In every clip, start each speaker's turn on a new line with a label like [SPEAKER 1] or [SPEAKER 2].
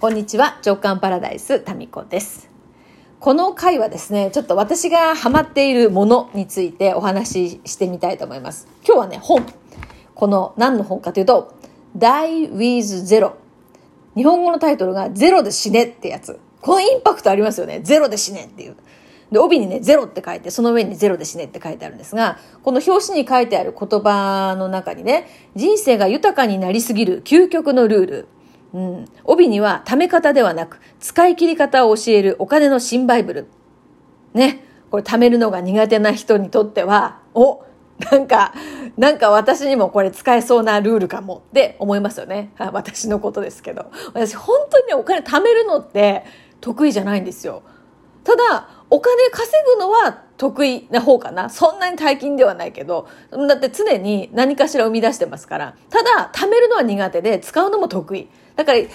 [SPEAKER 1] こんにちは、直感パラダイスタミコです。この回はですね、ちょっと私がハマっているものについてお話ししてみたいと思います。今日はね、この何の本かというと Die with Zero、 日本語のタイトルがゼロで死ねってやつ。このインパクトありますよね。ゼロで死ねっていう。で、帯にね、ゼロって書いて、その上にゼロで死ねって書いてあるんですが、この表紙に書いてある言葉の中にね、人生が豊かになりすぎる究極のルール、帯には貯め方ではなく使い切り方を教えるお金の新バイブルね。これ貯めるのが苦手な人にとってはなんか私にもこれ使えそうなルールかもって思いますよね。私のことですけど、私本当にね、お金貯めるのって得意じゃないんですよ。ただお金稼ぐのは得意な方かな。そんなに大金ではないけど、だって常に何かしら生み出してますから。ただ貯めるのは苦手で使うのも得意だから、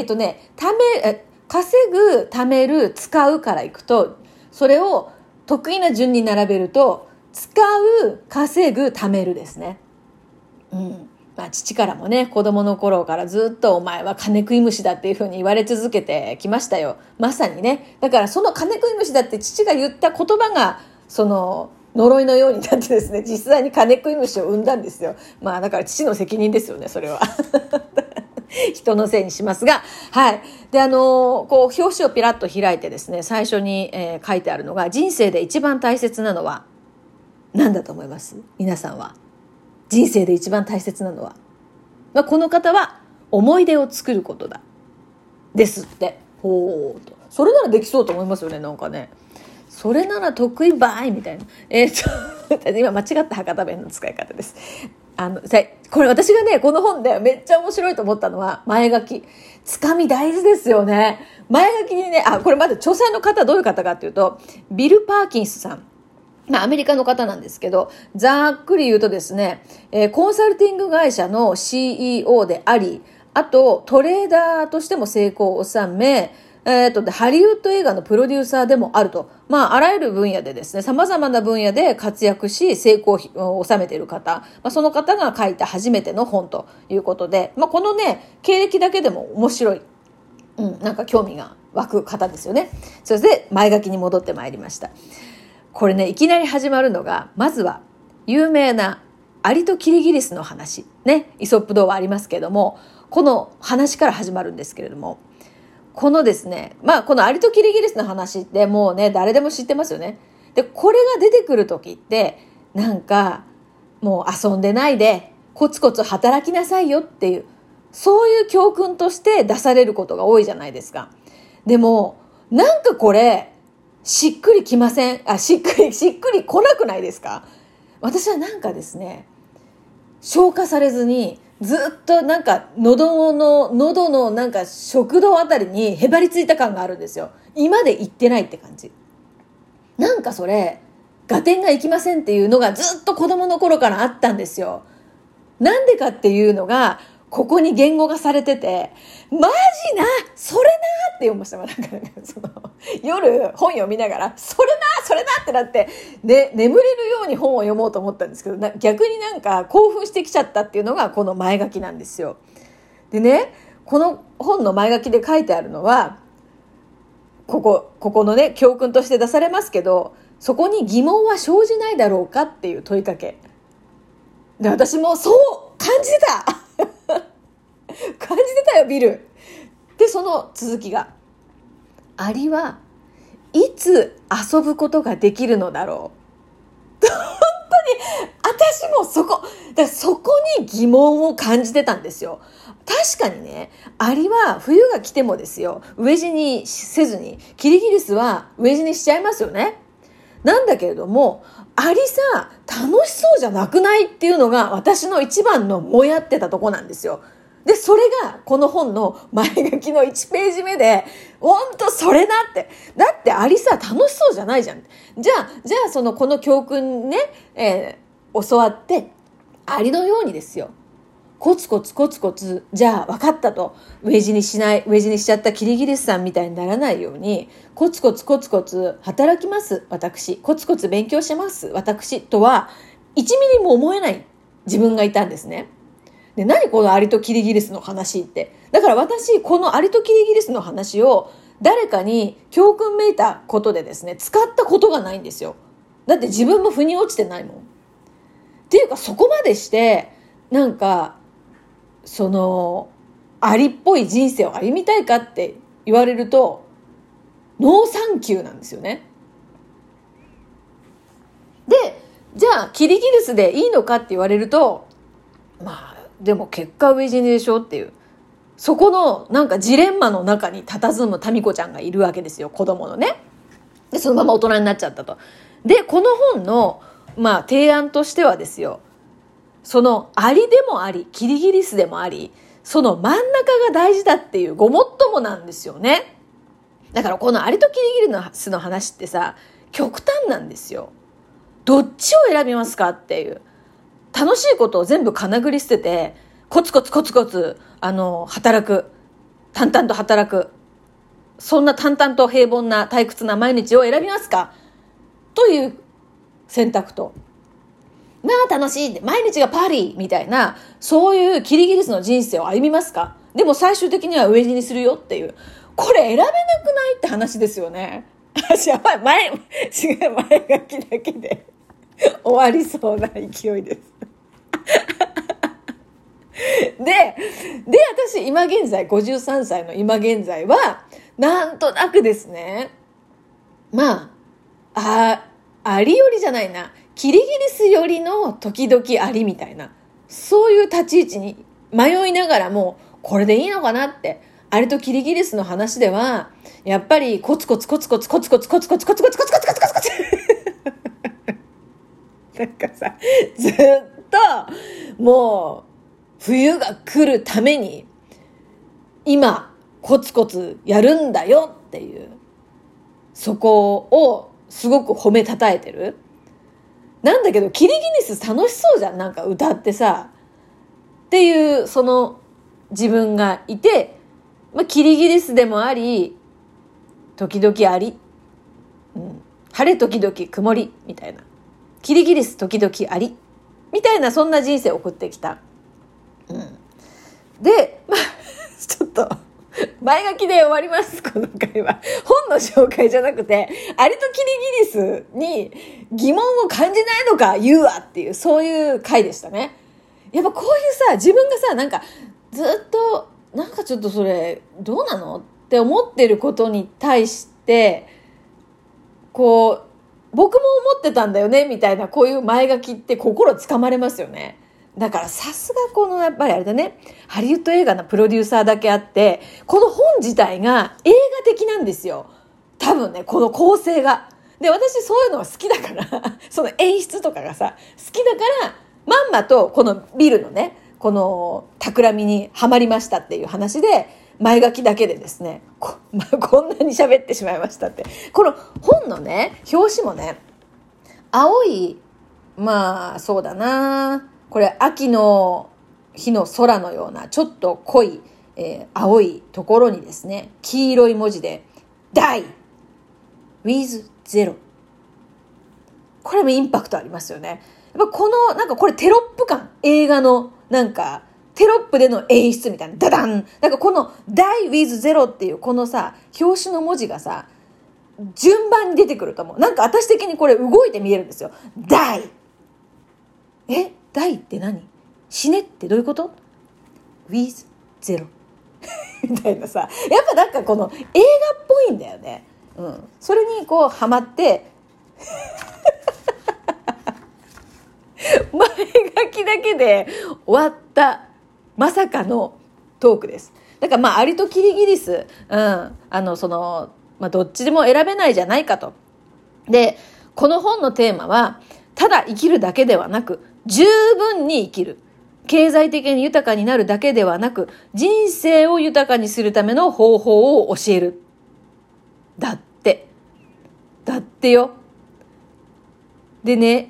[SPEAKER 1] 稼ぐ、貯める、使うからいくと、それを得意な順に並べると、使う、稼ぐ、貯めるですね。父からもね、子供の頃からずっとお前は金食い虫だっていうふうに言われ続けてきましたよ。まさにね。だからその金食い虫だって父が言った言葉が、その呪いのようになってですね、実際に金食い虫を生んだんですよ。だから父の責任ですよね、それは。人のせいにしますが、はい。で、表紙をピラッと開いてですね、最初に、書いてあるのが、人生で一番大切なのは何だと思います？皆さんは。人生で一番大切なのは、この方は思い出を作ることだですって。それならできそうと思いますよね。なんかね、それなら得意ばいみたいな。今間違った博多弁の使い方です。これ私がね、この本でめっちゃ面白いと思ったのは前書き。つかみ大事ですよね。前書きにね、これまず著者の方どういう方かっていうと、ビル・パーキンスさん。アメリカの方なんですけど、ざっくり言うとですね、コンサルティング会社の CEO であり、あとトレーダーとしても成功を収め、ハリウッド映画のプロデューサーでもあると。あらゆる分野でですね、様々な分野で活躍し、成功を収めている方。その方が書いた初めての本ということで、このね、経歴だけでも面白い。なんか興味が湧く方ですよね。そして前書きに戻ってまいりました。これね、いきなり始まるのが、まずは有名なアリとキリギリスの話。ね、イソップ童話ありますけれども、この話から始まるんですけれども、このですね、このアリとキリギリスの話ってもうね、誰でも知ってますよね。で、これが出てくるときって、なんか、もう遊んでないで、コツコツ働きなさいよっていう、そういう教訓として出されることが多いじゃないですか。でも、なんかこれ、しっくりきません？しっくり来なくないですか？私はなんかですね、消化されずに、ずっとなんか喉のなんか食道あたりにへばりついた感があるんですよ。胃まで行ってないって感じ。なんかそれ、合点がいきませんっていうのがずっと子供の頃からあったんですよ。なんでかっていうのが、ここに言語化されてて、マジな、それなって思いました。夜本読みながら、それなってなって、で、眠れるように本を読もうと思ったんですけど、逆になんか興奮してきちゃったっていうのがこの前書きなんですよ。でね、この本の前書きで書いてあるのは、ここのね、教訓として出されますけど、そこに疑問は生じないだろうかっていう問いかけ。で、私もそう感じてた感じてたよ、ビル。で、その続きが、アリはいつ遊ぶことができるのだろう。本当に私もそこに疑問を感じてたんですよ。確かにね、アリは冬が来てもですよ、飢え死にせずに、キリギリスは飢え死にしちゃいますよね。なんだけれども、アリさ、楽しそうじゃなくないっていうのが私の一番のもやってたとこなんですよ。で、それがこの本の前書きの1ページ目で、ほんとそれだって。だってアリさ、楽しそうじゃないじゃん。じゃあこの教訓ね、教わって、アリのようにですよ。コツコツ、じゃあ分かったと。飢え死にしちゃったキリギリスさんみたいにならないように、コツコツ働きます、私。コツコツ勉強します、私。とは、1ミリも思えない自分がいたんですね。 で、何このアリとキリギリスの話って。だから私、このアリとキリギリスの話を誰かに教訓めいたことでですね、使ったことがないんですよ。だって自分も腑に落ちてないもん。っていうか、そこまでして、なんか、アリっぽい人生を歩みたいかって言われると、ノーサンキューなんですよね。で、じゃあ、キリギリスでいいのかって言われると、まあ、でも結果飢え死にでしょっていう。そこのなんかジレンマの中に佇む民子ちゃんがいるわけですよ、子供のね。で、そのまま大人になっちゃったと。で、この本の、まあ、提案としてはですよ、アリでもあり、キリギリスでもあり、その真ん中が大事だっていうごもっともなんですよね。だからこのアリとキリギリスの話ってさ、極端なんですよ。どっちを選びますかっていう。楽しいことを全部かなぐり捨てて、コツコツコツコツ、働く。淡々と働く。そんな淡々と平凡な退屈な毎日を選びますかという選択と、まあ楽しい、毎日がパーリーみたいな、そういうキリギリスの人生を歩みますか？でも最終的には飢え死にするよっていう。これ選べなくないって話ですよね。私やばい、前書きだけで終わりそうな勢いです。で、私今現在、53歳の今現在は、なんとなくですね、まあ、ありよりじゃないな、キリギリスよりの時々ありみたいな、そういう立ち位置に迷いながらも、これでいいのかなって、あれとキリギリスの話では、やっぱりコツコツコツコツコツコツコツコツコツコツコツコツコツコツコツなんかさ、ずっと、もう、冬が来るために、今、コツコツやるんだよっていう、そこをすごく褒めたたえてる。なんだけど、キリギリス楽しそうじゃん、なんか歌ってさ。っていう、自分がいて、まあ、キリギリスでもあり、時々あり、晴れ時々曇り、みたいな。キリギリス時々あり、みたいな、そんな人生を送ってきた。で、まあ、ちょっと、前書きで終わります、この回は。本の紹介じゃなくて、アリとキリギリスに疑問を感じないのか言うわっていう、そういう回でしたね。やっぱこういうさ、自分がさ、なんかずっと、なんかちょっとそれ、どうなのって思ってることに対して、こう、僕も思ってたんだよね、みたいな、こういう前書きって心つかまれますよね。だからさすがやっぱりあれだね、ハリウッド映画のプロデューサーだけあって、この本自体が映画的なんですよ。多分ね、この構成が。で、私そういうのが好きだから、その演出とかがさ、好きだから、まんまとこのビルのね、この企みにはまりましたっていう話で、前書きだけでですね、こんなに喋ってしまいましたって。この本のね、表紙もね、青い、まあそうだな、これ秋の日の空のようなちょっと濃い、青いところにですね、黄色い文字で Die with Zero。 これもインパクトありますよね。やっぱなんかこれテロップ感、映画のなんかテロップでの演出みたいな、ダダン。なんかこの Die with Zero っていうこのさ、表紙の文字がさ、順番に出てくると思う。なんか私的にこれ動いて見えるんですよ。Die。Die って何？死ねってどういうこと？ with zero みたいなさ、やっぱなんかこの映画っぽいんだよね。それにこうハマって前書きだけで終わったまさかのトークです。だからまあアリとキリギリス、まあどっちでも選べないじゃないかと。で、この本のテーマはただ生きるだけではなく、十分に生きる。経済的に豊かになるだけではなく、人生を豊かにするための方法を教える。だって。だってよ。でね、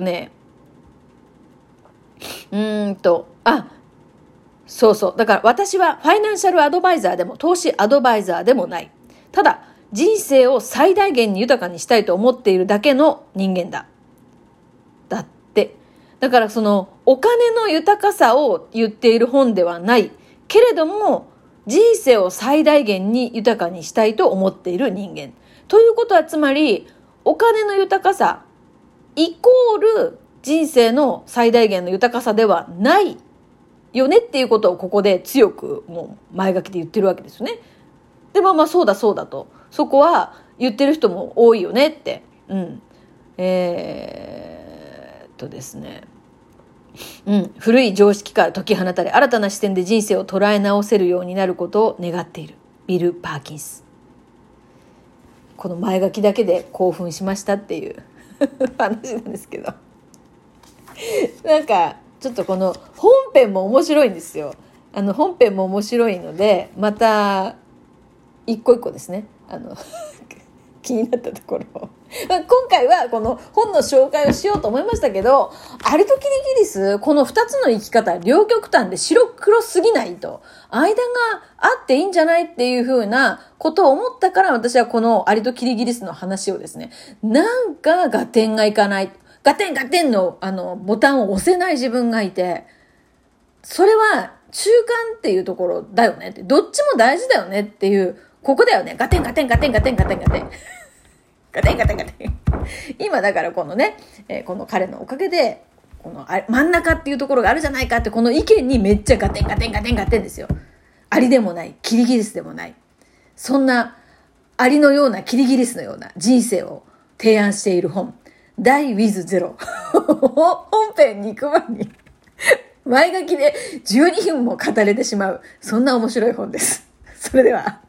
[SPEAKER 1] そうそう。だから私はファイナンシャルアドバイザーでも投資アドバイザーでもない。ただ、人生を最大限に豊かにしたいと思っているだけの人間だ。だって。 だからそのお金の豊かさを言っている本ではないけれども、人生を最大限に豊かにしたいと思っている人間。ということはつまり、お金の豊かさイコール人生の最大限の豊かさではないよねっていうことをここで強くもう前書きで言ってるわけですよね。でまあそうだそうだと、そこは言ってる人も多いよねって。ですね。古い常識から解き放たれ、新たな視点で人生を捉え直せるようになることを願っているビル・パーキンス。この前書きだけで興奮しましたっていう話なんですけどなんかちょっとこの本編も面白いんですよ。本編も面白いので、また一個一個ですね、気になったところを今回はこの本の紹介をしようと思いましたけど、アリとキリギリス、この2つの生き方両極端で白黒すぎないと、間があっていいんじゃないっていう風なことを思ったから、私はこのアリとキリギリスの話をですね、なんか合点がいかない、合点のボタンを押せない自分がいて、それは中間っていうところだよねって、どっちも大事だよねっていう、ここだよね。ガテン今だからこのね、この彼のおかげでこの真ん中っていうところがあるじゃないかって、この意見にめっちゃガテンですよ。アリでもない、キリギリスでもない、そんなアリのようなキリギリスのような人生を提案している本、Die with Zero 本編に行く前に前書きで12分も語れてしまう、そんな面白い本です。それでは。